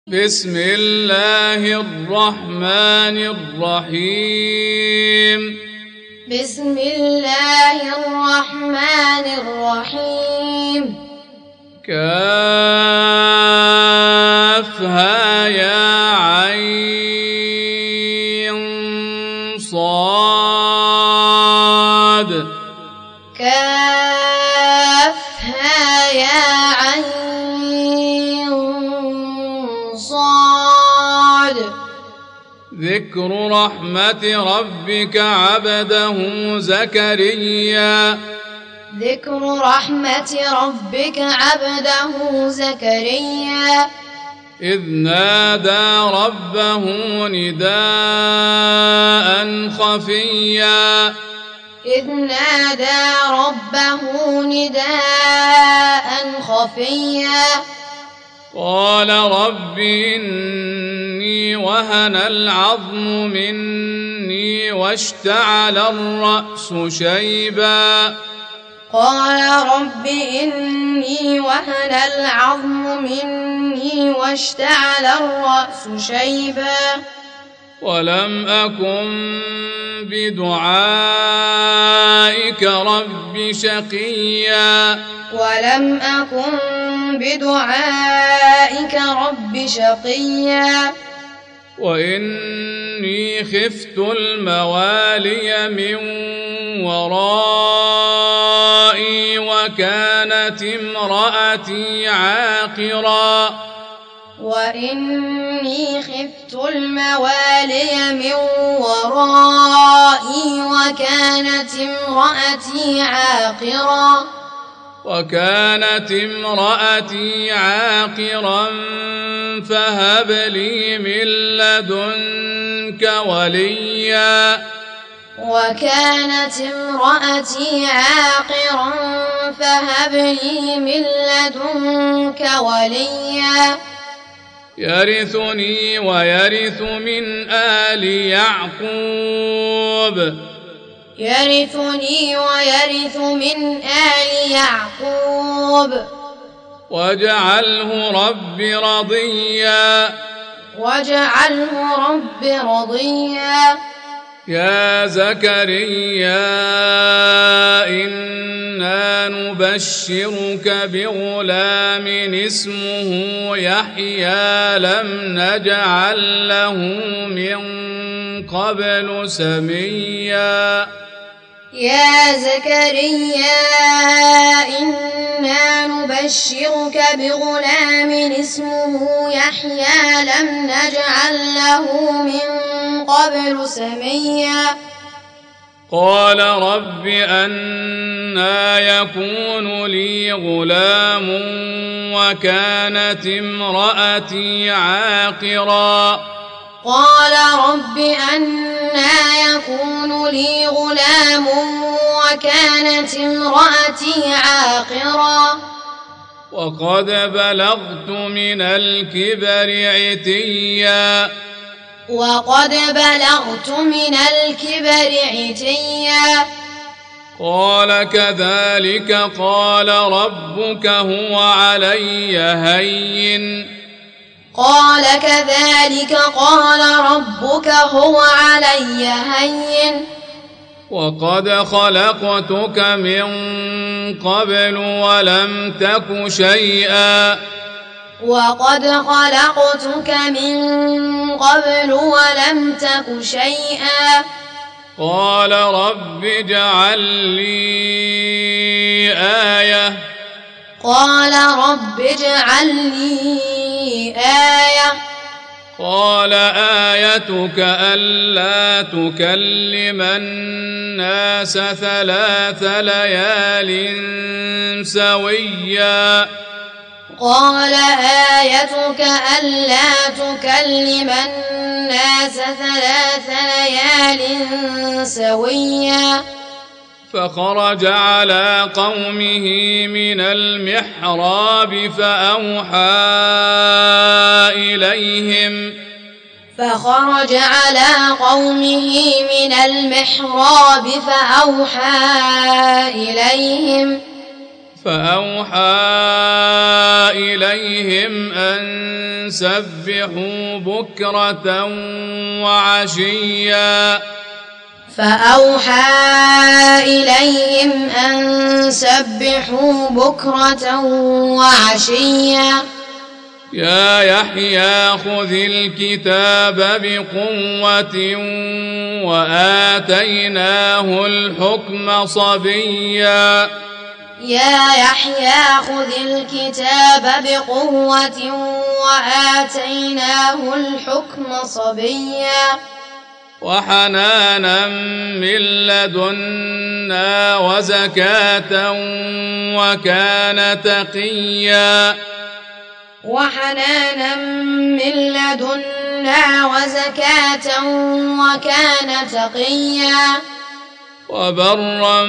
بسم الله الرحمن الرحيم بسم الله الرحمن الرحيم كافها يا عين صاد كافها يا عين صاد ذكر رحمة ربك عبده زكريا ذكر رحمة ربك عبده زكريا إذ نادى ربه نداء خفيا إذ نادى ربه نداء خفيا قال رب إني وهن العظم مني واشتعل الرأس شيبا قال رب إني وهن العظم مني واشتعل الرأس شيبا ولم أكن بدعائك رب شقيا ولم أكن بدعائك رب شقيا وإني خفت الموالي من ورائي وكانت امرأتي عاقرا وإني خفت الموالي من ورائي وكانت امرأتي عاقرا فهب لي من لدنك وليا وكانت امرأتي عاقرا فهب لي من لدنك وليا يرثني ويرث من آل يعقوب يرثني ويرث من آل يعقوب واجعله رب رضيا واجعله رب رضيا يا زكريا إنا نبشرك بغلام اسمه يحيى لم نجعل له من قبل سميا يا زكريا إنا نبشرك بغلام اسمه يحيى لم نجعل له من قبل سميا قال رب أنى يكون لي غلام وكانت امرأتي عاقرا قال رب أنى يكون لي غلام وكانت امرأتي عاقرا وقد بلغت من الكبر عتيا قال كذلك قال ربك هو علي هين وقد خلقتك من قبل ولم تك شيئا قال رب اجعل لي آية قال آيتك ألا تكلم الناس 3 ليال سويا قال آيتك ألا تكلم الناس 3 ليال سويا فخرج على قومه من المحراب فأوحى إليهم فأوحى إليهم أن سبحوا بكرة وعشيا يا يحيى خذ الكتاب بقوة وآتيناه الحكم صبيا وحنانا من لدنا وزكاة وكان تقيا وبرا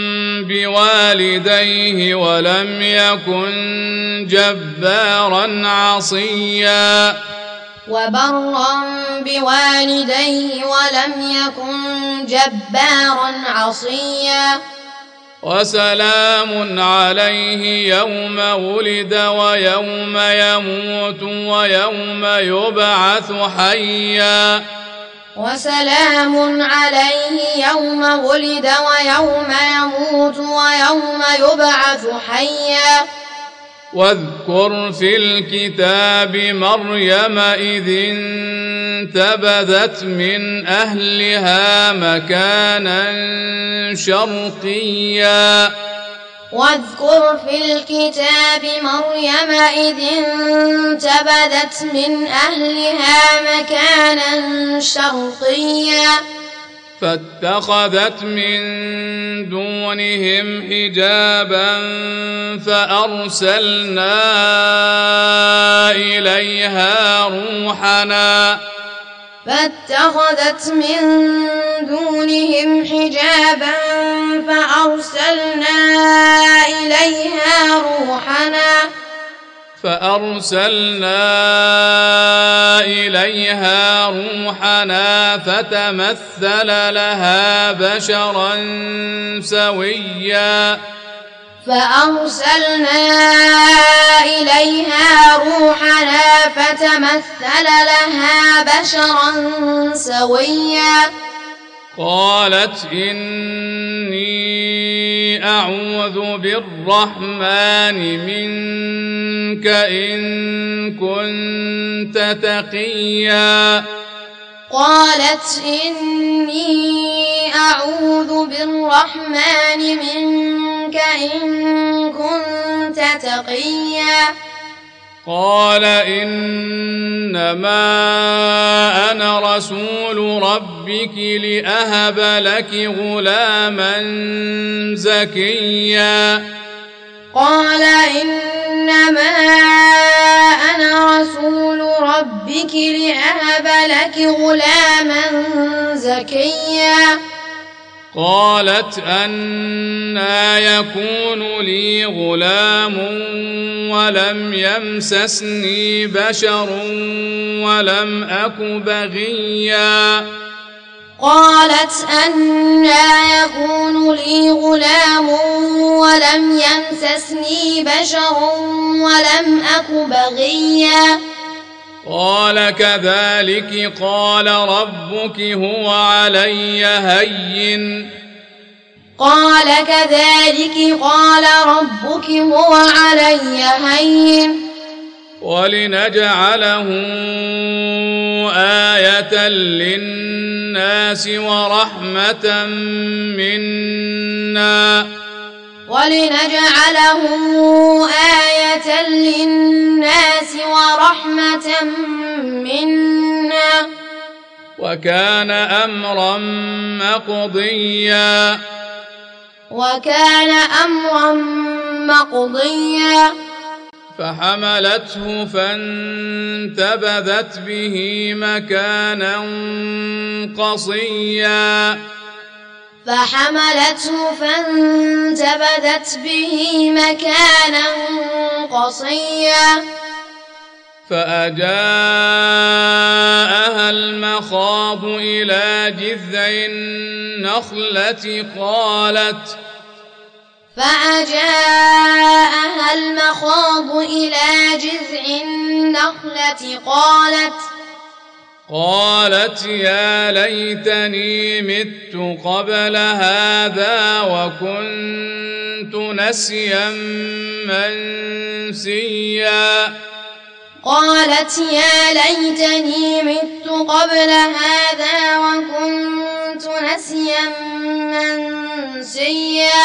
بوالديه ولم يكن جبارا عصيا وسلام عليه يوم ولد ويوم يموت ويوم يبعث حيا واذكر في الكتاب مريم إذ انتبذت من أهلها مكانا شرقيا فاتخذت من دونهم حجابا فأرسلنا إليها روحنا فتمثل لها بشرا سويا قالت إني أعوذ بالرحمن منك إن كنت تقيا قال إنما أنا رسول ربك لأهب لك غلاما زكيا قالت أنى يكون لي غلام ولم يمسسني بشر ولم أك بغيا قال كذلك قال ربك هو علي هين ولنجعله آية للناس ورحمة منا وكان أمرا مقضيا فحملته فانتبذت به مكانا قصيا فأجاءها المخاض إلى جذع النخلة فأجاءها المخاض إلى جذع النخلة قالت يا ليتني مت قبل هذا وكنت نسيا منسيا. قالت يا ليتني مت قبل هذا وكنت نسيا منسيا.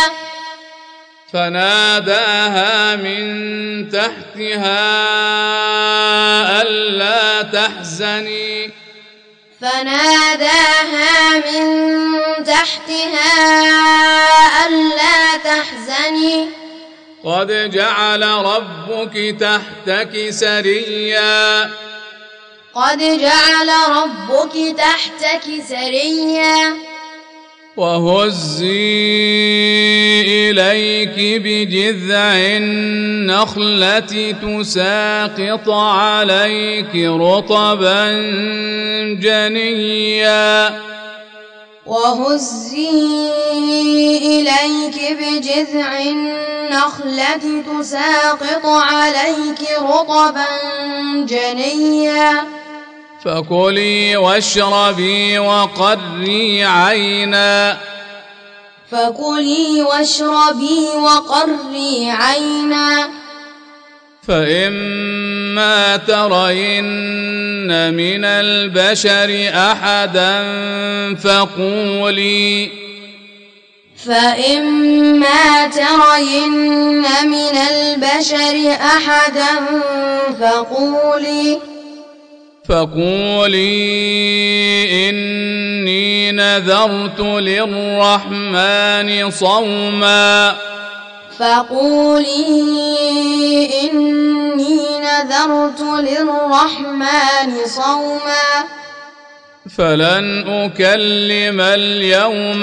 فناداها من تحتها ألا تحزني قد جعل ربك تحتك سريا وهزي إليك بجذع النخلة تساقط عليك رطبا جنيا. فكلي واشربي وقري عينا فإما ترين من البشر أحدا فقولي إني نذرت للرحمن صوما فلن أكلم اليوم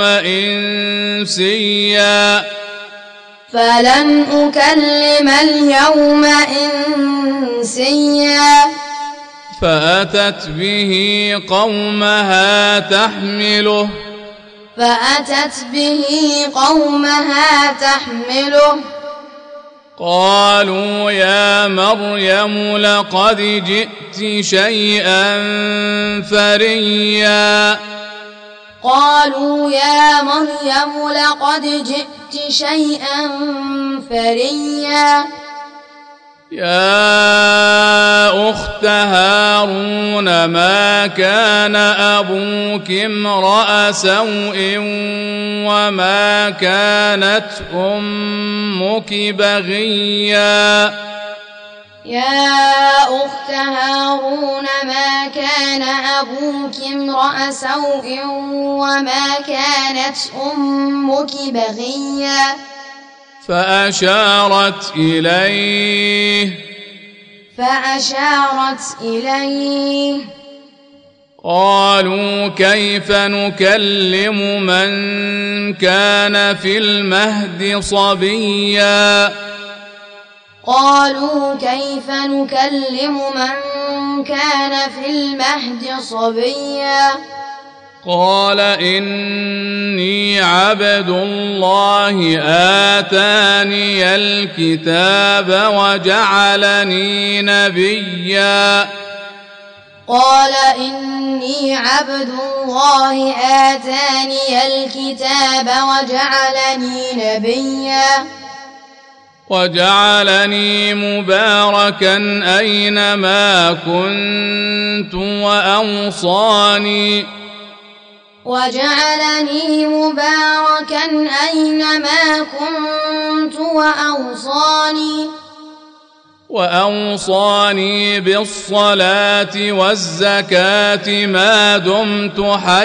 إنسيا. فأتت به قومها تحمله قالوا يا مريم لقد جئت شيئا فريا. يا أخت هارون ما كان أبوك امرأ سوء وما كانت أمك بغيا. فأشارت إليه قالوا كيف نكلم من كان في المهد صبيا. قال إني عبد الله آتاني الكتاب وجعلني نبيا. وجعلني مباركا أينما كنت وأوصاني بالصلاة والزكاة ما دمت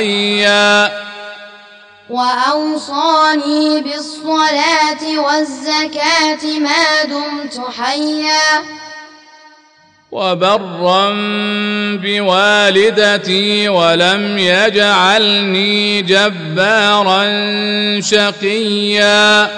حيا وبرا بوالدتي ولم يجعلني جبارا شقيا.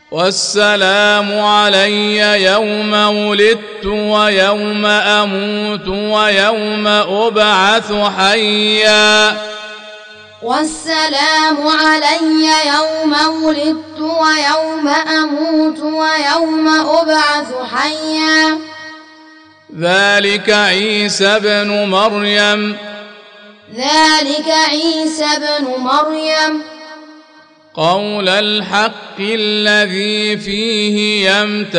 والسلام علي يوم ولدت ويوم أموت ويوم أبعث حيا والسلام علي يوم ولدت ويوم أموت ويوم أبعث حيا ذلك عيسى بن مريم قول الحق الذي فيه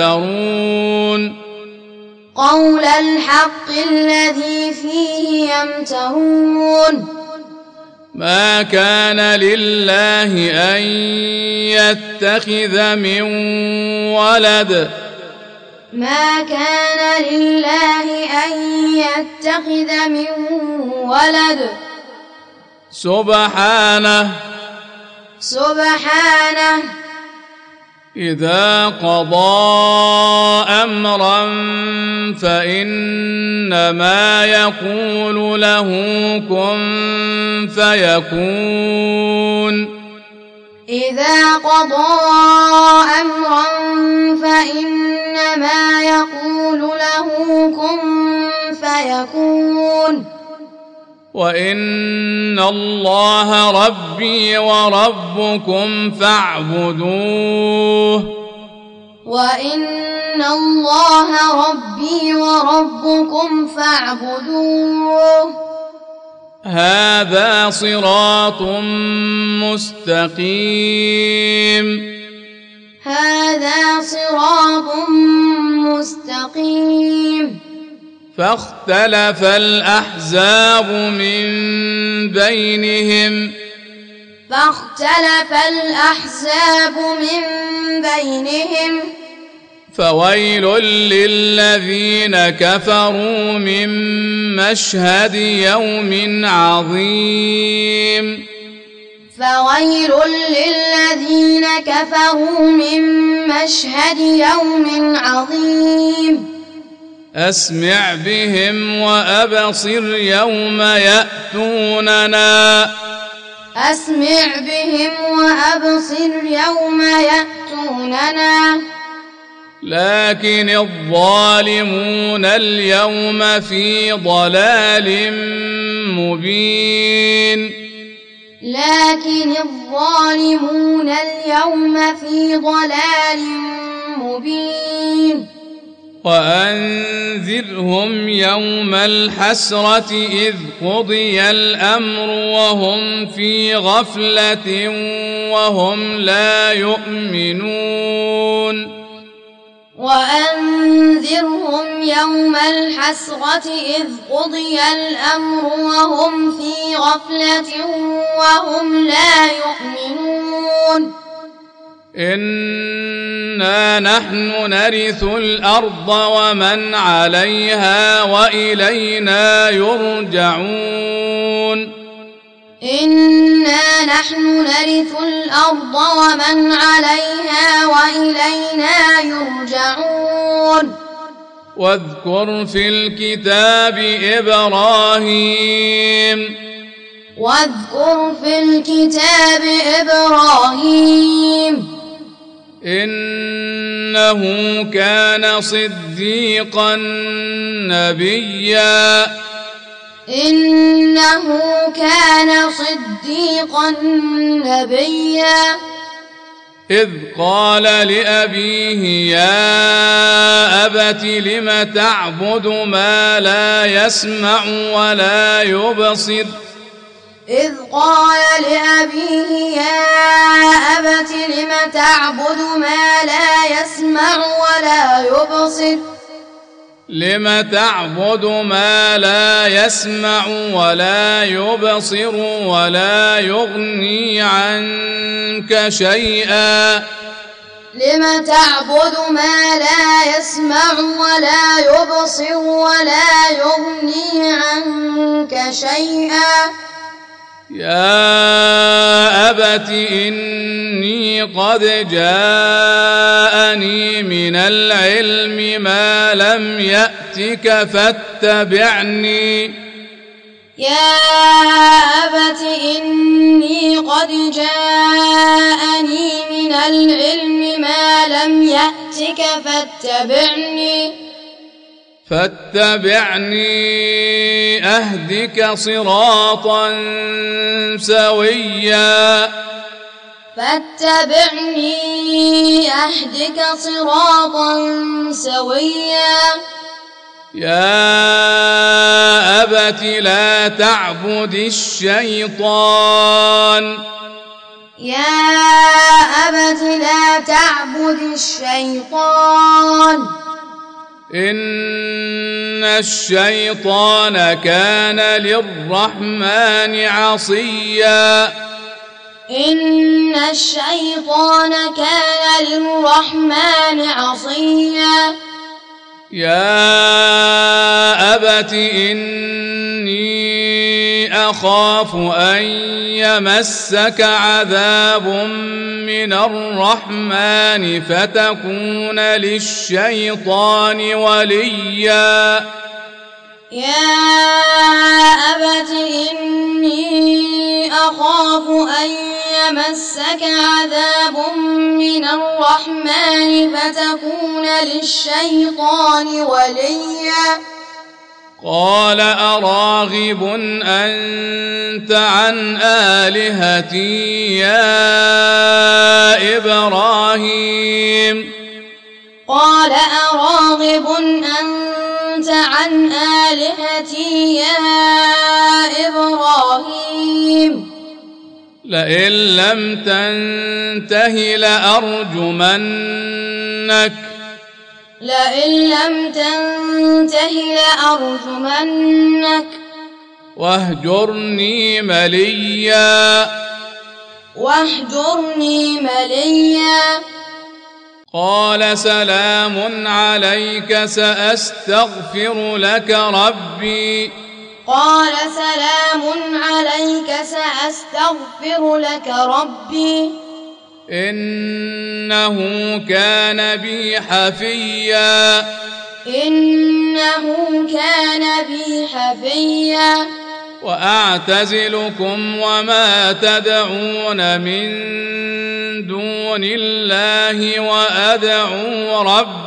يمترون ما كان لله أن يتخذ من ولد سبحانه إذا قضى أمرا فإنما يقول له كن فيكون وإن الله ربي وربكم فاعبدوه هذا صراط مستقيم فاختلف الأحزاب من بينهم فويل للذين كفروا من مشهد يوم عظيم أسمع بهم وأبصر يوم يأتوننا لكن الظالمون اليوم في ضلال مبين وأنذرهم يوم الحسرة إذ قضي الأمر وهم في غفلة وهم لا يؤمنون إنا نحن نرث الأرض ومن عليها وإلينا يرجعون واذكر في الكتاب إبراهيم إنه كان صديقا نبيا إذ قال لأبيه يا أبت لم تعبد ما لا يسمع ولا يبصر ولا يغني عنك شيئا يا أبت إني قد جاءني من العلم ما لم يأتك فاتبعني آياتك فاتبعني أهدك صراطا سويا يا أبت لا تعبد الشيطان إن الشيطان كان للرحمن عصيا يا أبت إني أخاف أن يمسك عذاب من الرحمن فتكون للشيطان وليا قال أراغب أنت عن آلهتي يا إبراهيم لئن لم تنته لأرجمنك واهجرني مليا قال سلام عليك سأستغفر لك ربي إنه كان بي حفيا وأعتزلكم وما تدعون من دون الله وأدعو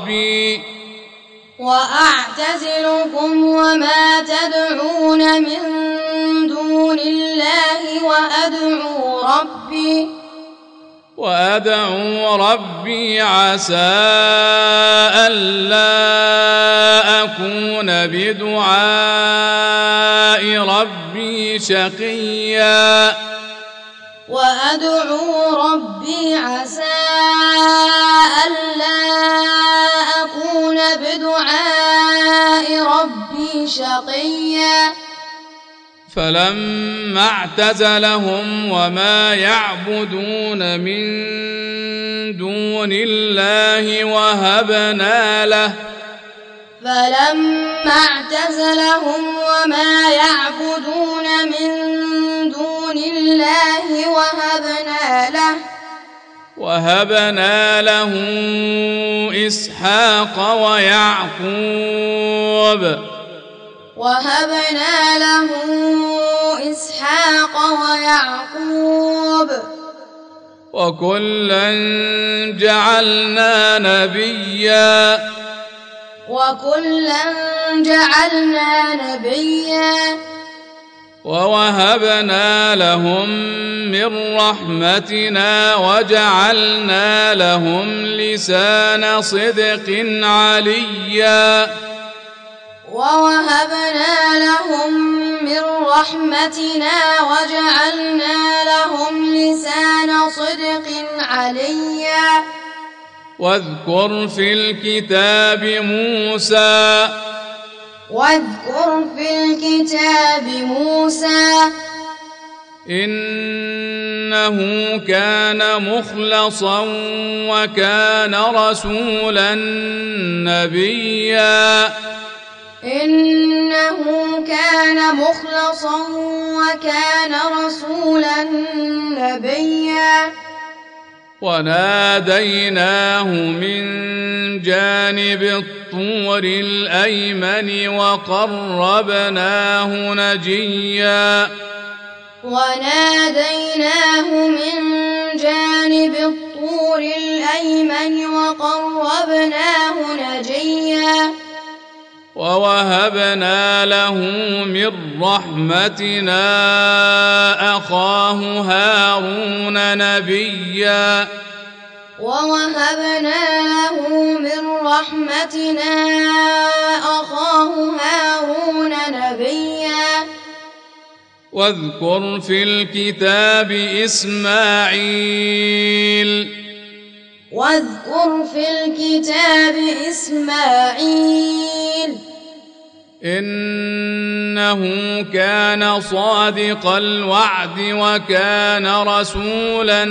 ربي عسى ألا أكون بدعاء ربي شقيا فلما اعتزلهم وما يعبدون من دون الله وهبنا له إسحاق ويعقوب وكلا جعلنا نبيا ووهبنا لهم من رحمتنا وجعلنا لهم لسان صدق عليا واذكر في الكتاب موسى إنه كان مخلصا وكان رسولا نبيا وناديناه من جانب الطور الأيمن وقربناه نجيا الأيمن وقربناه نجيا ووهبنا له من رحمتنا أخاه هارون نبيا ووهبنا له من رحمتنا أخاه هارون نبيا واذكر في الكتاب إسماعيل واذكر في الكتاب إسماعيل إنه كان صادق الوعد وكان رسولا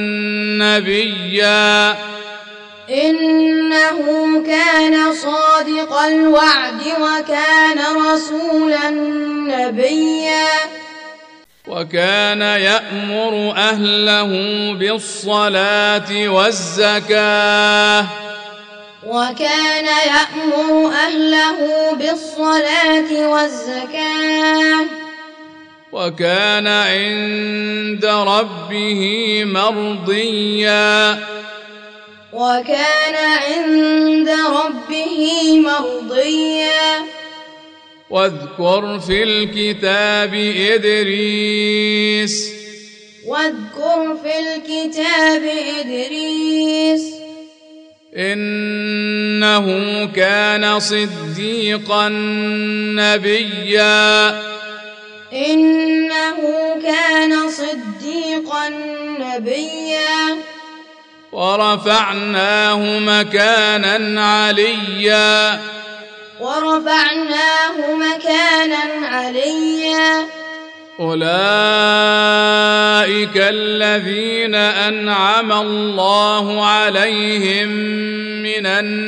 نبيا إنه كان صادق الوعد وكان رسولا نبيا وكان يأمر أهله بالصلاة والزكاة وكان يأمر أهله بالصلاة والزكاة وكان عند ربه مرضيا وكان عند ربه مرضيا واذكر في الكتاب إدريس واذكر في الكتاب إدريس إنه كان صديقا نبيا إنه كان صديقا نبيا ورفعناه مكانا عليا ورفعناه مكانا عليا أولئك الذين أنعم الله عليهم من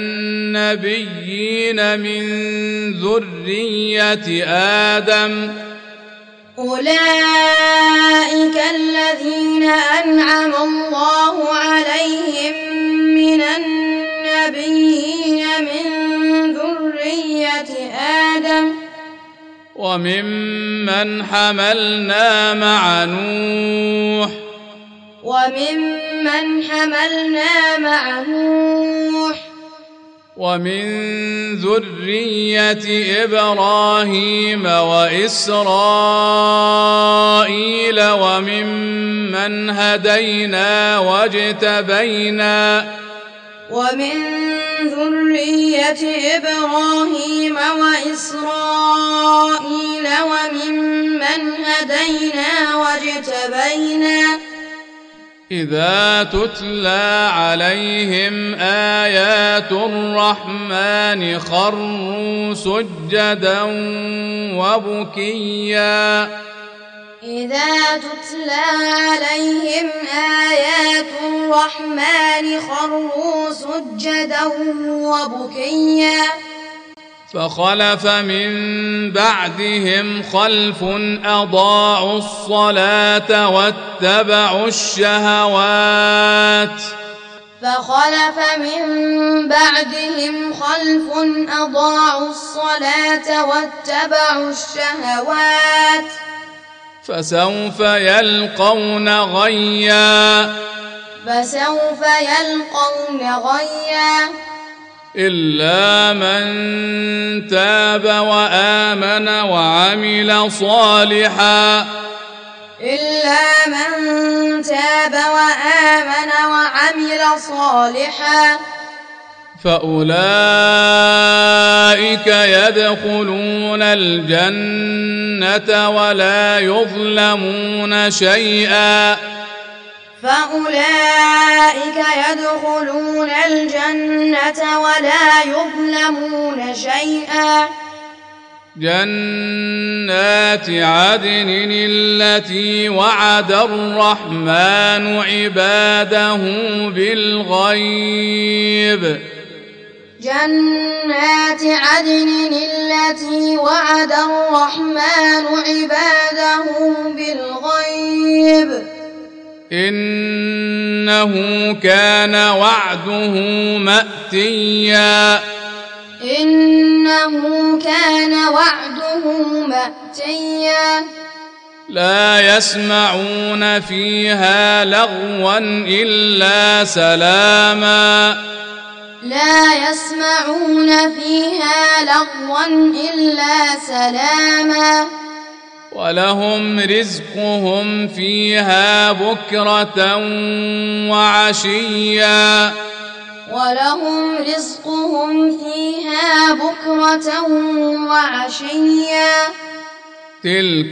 النبيين من ذرية آدم أولئك الذين أنعم الله عليهم من النبيين من ذرية آدم وممن حملنا مع نوح ومن ذرية إبراهيم وإسرائيل وممن هدينا واجتبينا ومن ذرية إبراهيم وإسرائيل وممن هدينا واجتبينا إذا تتلى عليهم آيات الرحمن خروا سجدا وبكيا إذا تتلى عليهم آيات الرحمن خروا سجدا وبكيا فخلف من بعدهم خلف أضاعوا الصلاة واتبعوا الشهوات فخلف من بعدهم خلف أضاعوا الصلاة واتبعوا الشهوات فسوف يلقون غيا إلا من تاب وآمن وعمل صالحا فأولئك يدخلون الجنة ولا يظلمون شيئا جنات عدن التي وعد الرحمن عباده بالغيب جنات عدن التي وعد الرحمن عباده بالغيب إنه كان وعده مأتيا لا يسمعون فيها لغوا إلا سلاما لا يسمعون فيها لغوا إلا سلاما ولهم رزقهم فيها بكرة وعشيا ولهم رزقهم فيها بكرة وعشيا تلك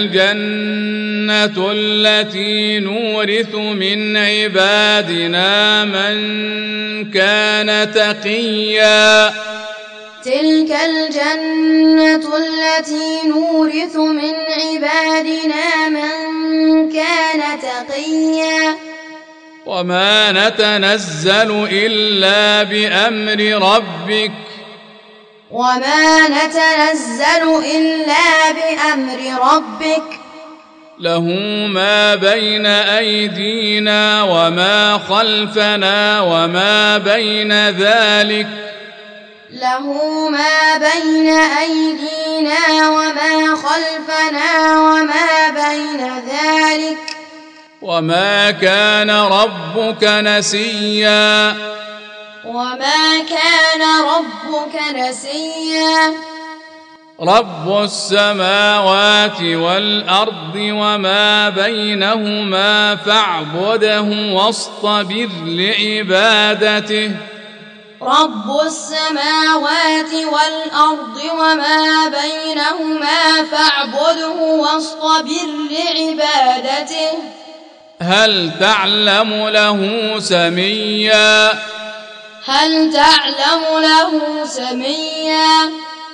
الجنة التي نورث من عبادنا من كان تقيا تلك الجنة التي نورث من عبادنا من كان تقيا وما نتنزل إلا بأمر ربك وما نتنزل إلا بأمر ربك له ما بين أيدينا وما خلفنا وما بين ذلك له ما بين أيدينا وما خلفنا وما بين ذلك وما كان ربك نسيا وما كان ربك نسيا رب السماوات والأرض وما بينهما فاعبده واصطبر لعبادته رب السماوات والأرض وما بينهما فاعبده واصطبر لعبادته هل تعلم له سميا هل تعلم له سميا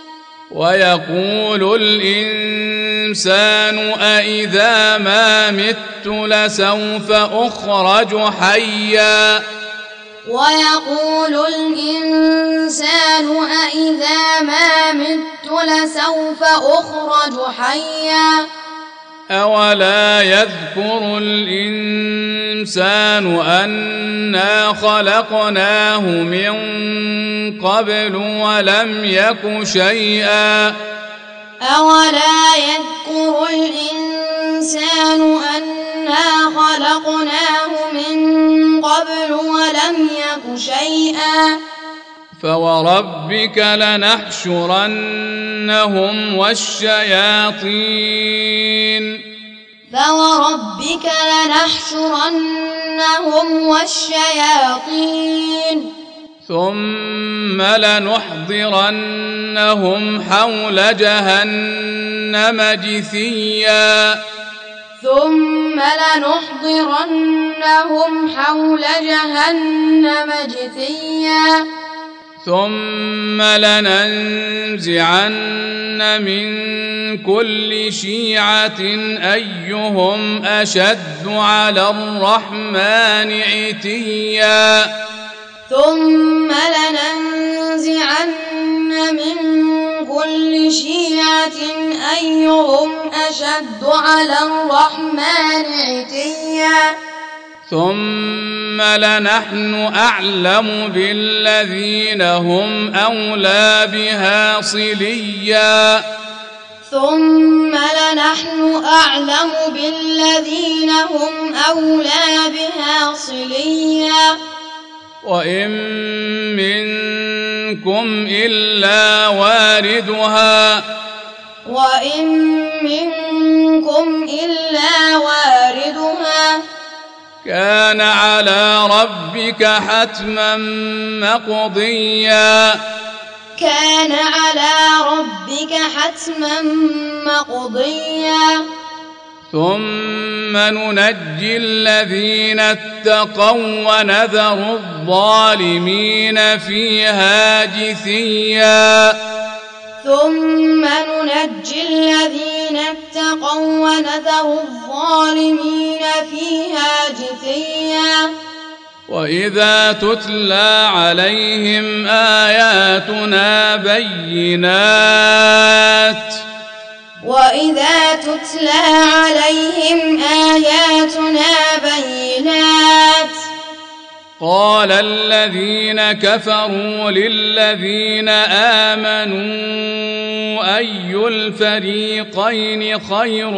ويقول الإنسان أإذا ما مت لسوف أخرج حيا ويقول الإنسان أإذا ما مت لسوف أخرج حيا أولا يذكر الإنسان أنا خلقناه من قبل ولم يك شيئا أولا يذكر الإنسان أنا خلقناه من قبل ولم يك شيئا فوربك لنحشرنهم والشياطين ثم لنحضرنهم حول جهنم جثيا ثم لننزعن من كل شيعة أيهم أشد على الرحمن عتيا ثم لننزعن من كل شيعة أيهم أشد على الرحمن عتيا ثم لنحن أعلم بالذين هم أولى بها صليا ثم لنحن أعلم بالذين هم أولى بها صليا وإن منكم إلا واردها كان على ربك حتما مقضيا ثم ننجي الذين اتقوا ونذر الظالمين فيها جثيا وإذا تتلى عليهم آياتنا بينات قال الذين كفروا للذين آمنوا أي الفريقين خير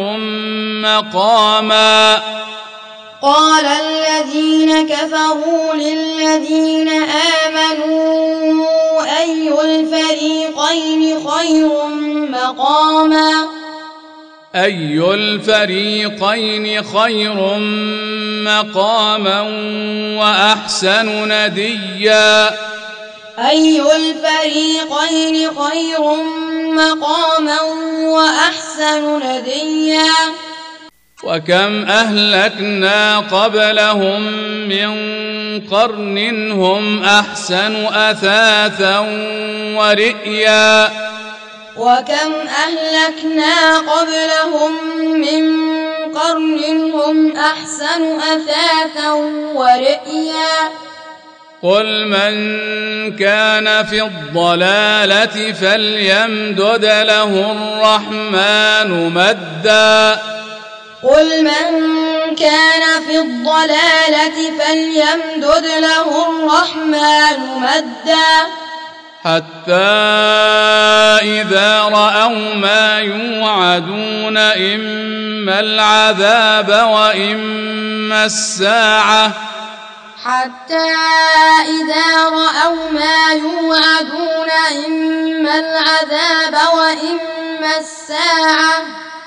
مقاما قال الذين كفروا للذين آمنوا أي الفريقين خير مقاما أي الفريقين خير مقاما وأحسن نديا أي الفريقين خير مقاما وأحسن نديا وكم أهلكنا قبلهم من قرن هم أحسن أثاثا ورئيا وكم أهلكنا قبلهم من قرن هم أحسن أثاثا ورئيا قل من كان في الضلالة فليمدد له الرحمن مدا قل من كان في الضلالة فليمدد له الرحمن مدا حتى إذا رأوا ما يوعدون إما العذاب وإما الساعة حتى إذا رأوا ما يوعدون إما العذاب وإما الساعة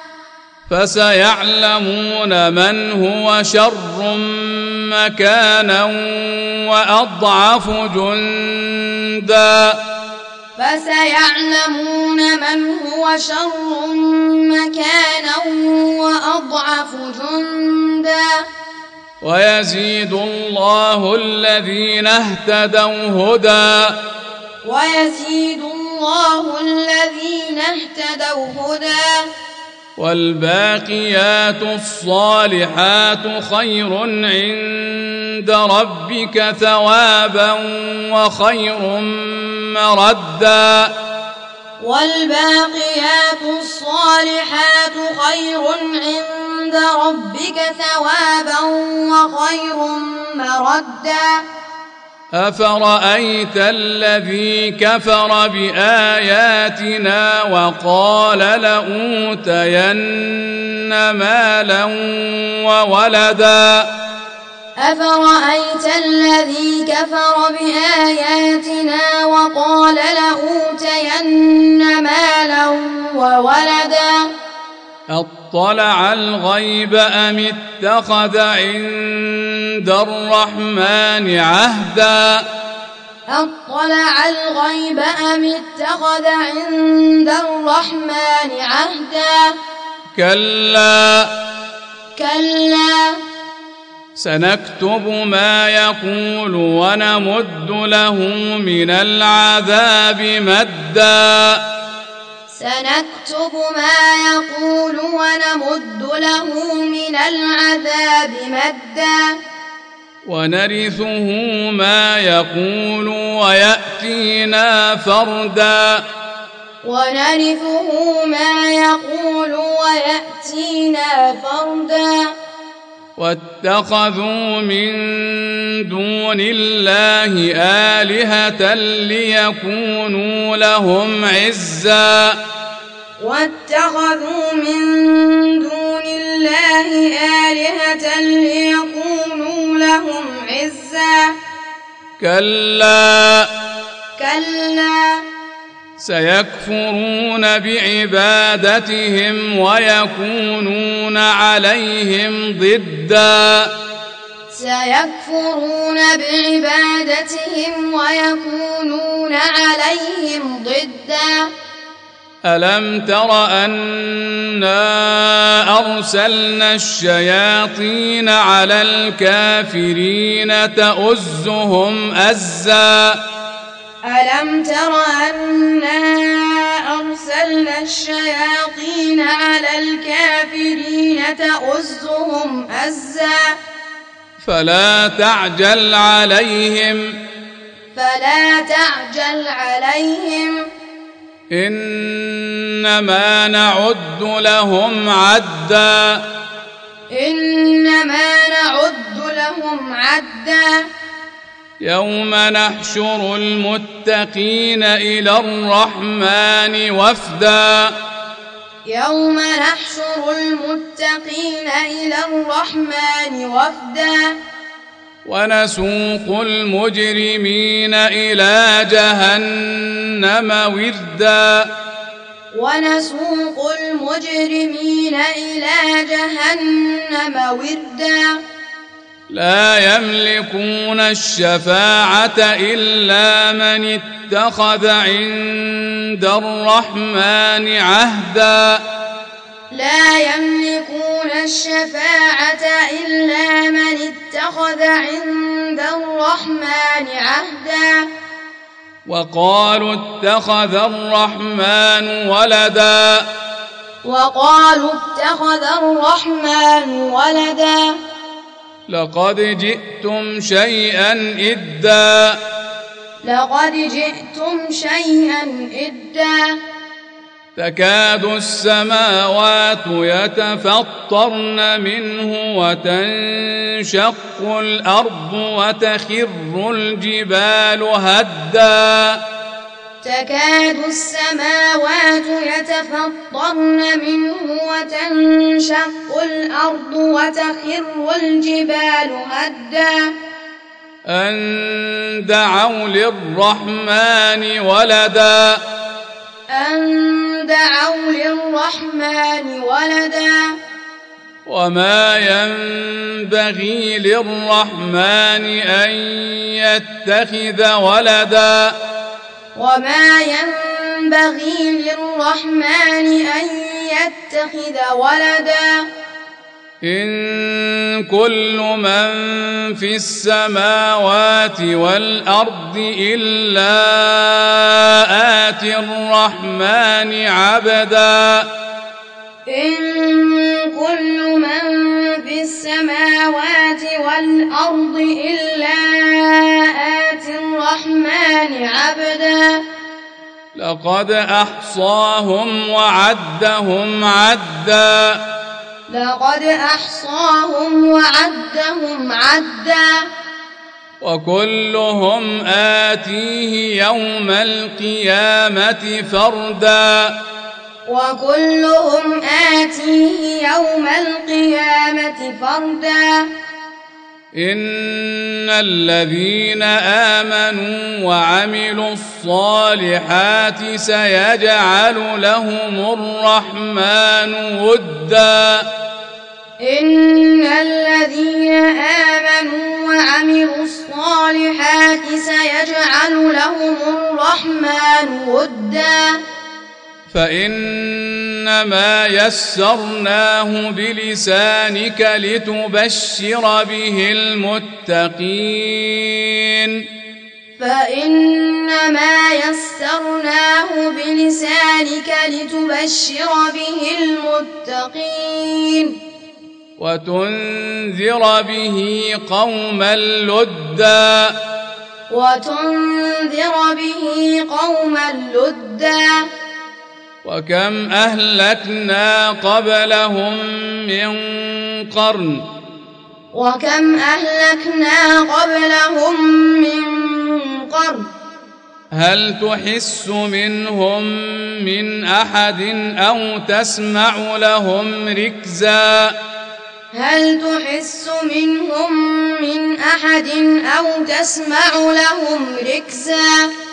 فسيعلمون من هو شر مكانا وأضعف جندا فسيعلمون من هو شر مكانا وأضعف جندا ويزيد الله الذين اهتدوا هدى ويزيد الله الذين اهتدوا هدى والباقيات الصالحات خير عند ربك ثوابا وخير مردا والباقيات الصالحات خير عند ربك ثوابا وخير مردا أفرأيت الذي كفر بآياتنا وقال لأوتين مالا وولدا أفرأيت الذي كفر بآياتنا وقال لأوتين مالا وولدا أطلع الغيب أم اتخذ عند الرحمن عهدا أطلع الغيب أم اتخذ عند الرحمن عهدا كلا سنكتب ما يقول ونمد له من العذاب مدا سنكتب ما يقول ونمد له من العذاب مدا ونرثه ما يقول ويأتينا فردا ونرثه ما يقول ويأتينا فردا واتخذوا من دون الله آلهة ليكونوا لهم عزا واتخذوا من دون الله آلهة ليكونوا لهم عزا كلا سيكفرون بعبادتهم ويكونون عليهم ضدا سيكفرون بعبادتهم ويكونون عليهم ضدا ألم تر أنا أرسلنا الشياطين على الكافرين تؤزهم أزا ألم تر أنا أرسلنا الشياطين على الكافرين تؤزهم أزا فلا تعجل عليهم إنما نعد لهم عدا يوم نحشر المتقين إلى الرحمن وفدا يوم نحشر المتقين إلى الرحمن وفدا ونسوق المجرمين إلى جهنم وردا ونسوق المجرمين إلى جهنم وردا لا يملكون الشفاعة إلا من اتخذ عند الرحمن عهدا لا يملكون الشفاعة إلا من اتخذ عند الرحمن عهدا وقالوا اتخذ الرحمن ولدا وقالوا اتخذ الرحمن ولدا لقد جئتم شيئا إدا لقد جئتم شيئا إدا تكاد السماوات يتفطرن منه وتنشق الأرض وتخر الجبال هدا تكاد السماوات يتفطرن منه وتنشق الأرض وتخر الجبال هدا أن دعوا للرحمن ولدا أن دعوا للرحمن ولدا وما ينبغي للرحمن أن يتخذ ولدا وما ينبغي للرحمن أن يتخذ ولدا إن كل من في السماوات والأرض إلا آتي الرحمن عبدا إن كل من في السماوات والأرض إلا آتي الرحمن عبدا لقد أحصاهم وعدهم عدا لقد أحصاهم وعدهم عدا وكلهم آتيه يوم القيامة فردا وكلهم آتيه يوم القيامة فردا إن الذين آمنوا وعملوا الصالحات سيجعل لهم الرحمن ودا إن الذين آمنوا وعملوا الصالحات سيجعل لهم الرحمن ودا فإنما يسرناه بلسانك لتبشر به المتقين فإنما يسرناه بلسانك لتبشر به المتقين وتنذر به قوما لدا وتنذر به قوما لدا وكم أهلكنا قبلهم من قرن وكم أهلكنا قبلهم من قرن هل تحس منهم من أحد أو تسمع لهم ركزا هل تحس منهم من أحد أو تسمع لهم ركزا